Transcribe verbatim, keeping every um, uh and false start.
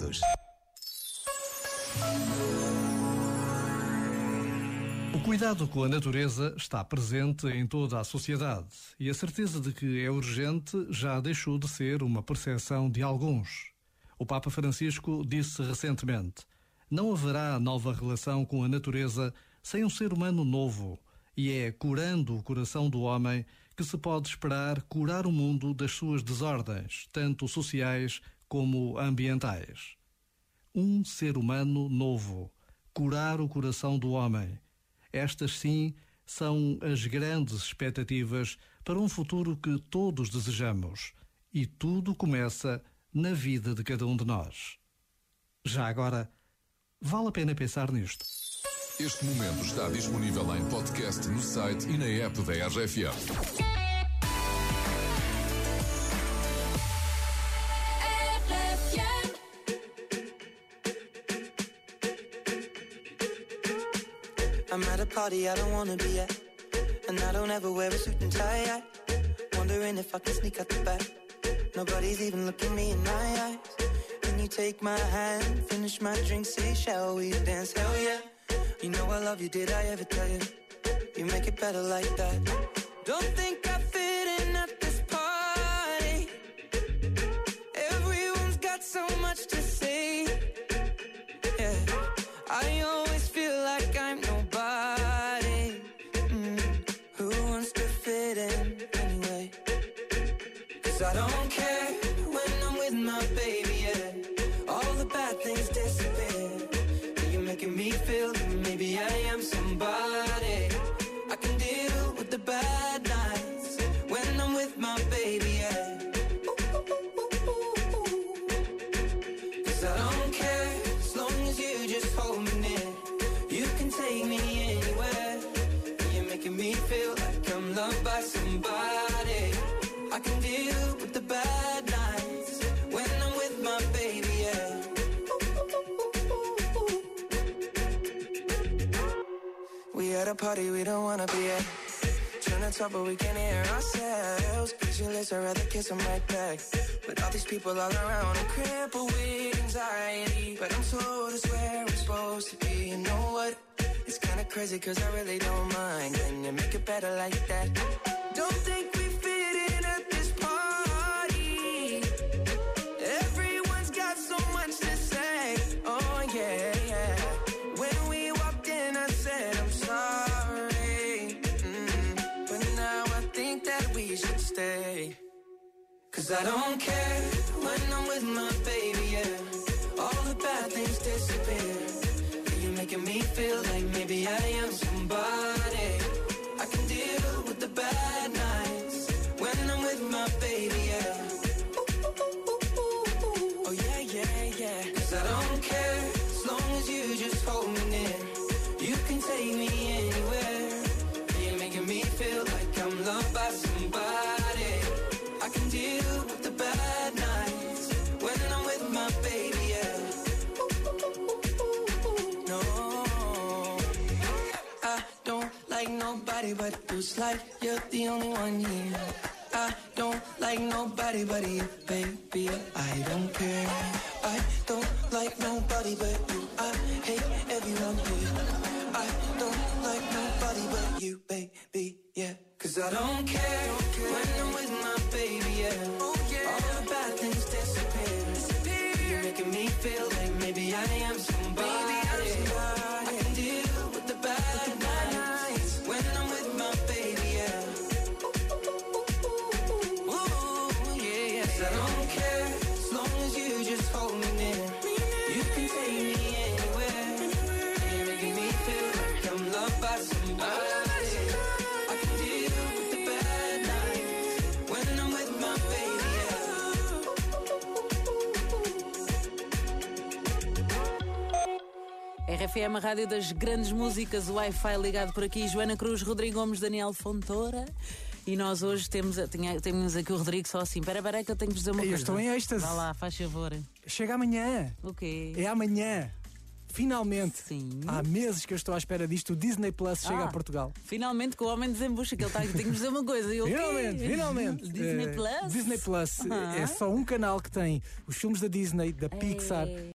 segundos. O cuidado com a natureza está presente em toda a sociedade e a certeza de que é urgente já deixou de ser uma percepção de alguns. O Papa Francisco disse recentemente: não haverá nova relação com a natureza sem um ser humano novo, e é curando o coração do homem que se pode esperar curar o mundo das suas desordens, tanto sociais como ambientais. Um ser humano novo, curar o coração do homem. Estas, sim, são as grandes expectativas para um futuro que todos desejamos. E tudo começa na vida de cada um de nós. Já agora, vale a pena pensar nisto. Este momento está disponível em podcast no site e na app da R F M. I'm at a party I don't wanna be at, and I don't ever wear a suit and tie. I wondering if I can sneak out the back. Nobody's even looking me in my eyes. Can you take my hand, finish my drink, say shall we dance? Hell yeah. You know I love you, did I ever tell you? You make it better like that. Don't think I fit in at this party. Everyone's got so much to say. Yeah, I always feel like I'm nobody. Mm, who wants to fit in anyway? 'Cause I don't care when I'm with my baby, yeah. All the bad things disappear. You're making me feel that maybe I am somebody. I can deal with the bad nights when I'm with my baby, yeah. 'Cause I don't care as long as you just hold me near. You can take me anywhere. You're making me feel like I'm loved by somebody. I can deal with the bad nights when I'm with my baby, yeah. We at a party we don't wanna be at. Trying to talk but we can't hear ourselves. Pictureless, I'd rather kiss them right back. But all these people all around, I'm crippled with anxiety. But I'm told it's where I'm supposed to be. You know what? It's kinda crazy cause I really don't mind. Can you make it better like that? Don't think we fit in at this party. Everyone's got so much to say. Oh yeah, yeah. When we walked in I said I'm sorry, mm, but now I think that we should stay. 'Cause I don't care when I'm with my baby, yeah. All the bad things disappear. You're making me feel like maybe I am somebody. I can deal with the bad nights when I'm with my baby, yeah. Oh yeah, yeah, yeah. 'Cause I don't care as long as you just hold me near. You can take me anywhere. You're making me feel like I'm loved by somebody. I can deal with the bad nights when I'm with my baby, yeah. No, I don't like nobody but you. It's like you're the only one here. I don't like nobody but you, baby. I don't care. I don't like nobody but you. I hate everyone here. I don't like nobody but you, baby, yeah. 'Cause I don't care when I'm with my baby, yeah. Oh, yeah. All the bad things disappear. disappear. You're making me feel like maybe I am somebody. Maybe I'm somebody. I can deal with the bad, with the bad nights when I'm with my baby, yeah. Ooh, yeah, yeah. 'Cause I don't care as long as you just hold me near. You can take me anywhere. You're making me feel like I'm loved by somebody. I can deal with the bad nights when I'm with my baby, yeah. R F M, a rádio das grandes músicas, o Wi-Fi ligado por aqui. Joana Cruz, Rodrigo Gomes, Daniel Fontoura. E nós hoje temos, tinha, temos aqui o Rodrigo só assim. Espera, espera que eu tenho que dizer uma Eu coisa. estou em êxtase. Vá lá, faz favor. Chega amanhã. O quê? É amanhã. Finalmente. Sim. Há meses que eu estou à espera disto. O Disney Plus chega Ah, a Portugal. Finalmente que o homem desembucha, que ele está aqui. Tenho que dizer uma coisa. E o quê? Finalmente, finalmente. Disney Eh, Plus? Disney Plus Ah. é só um canal que tem os filmes da Disney, da Pixar. É.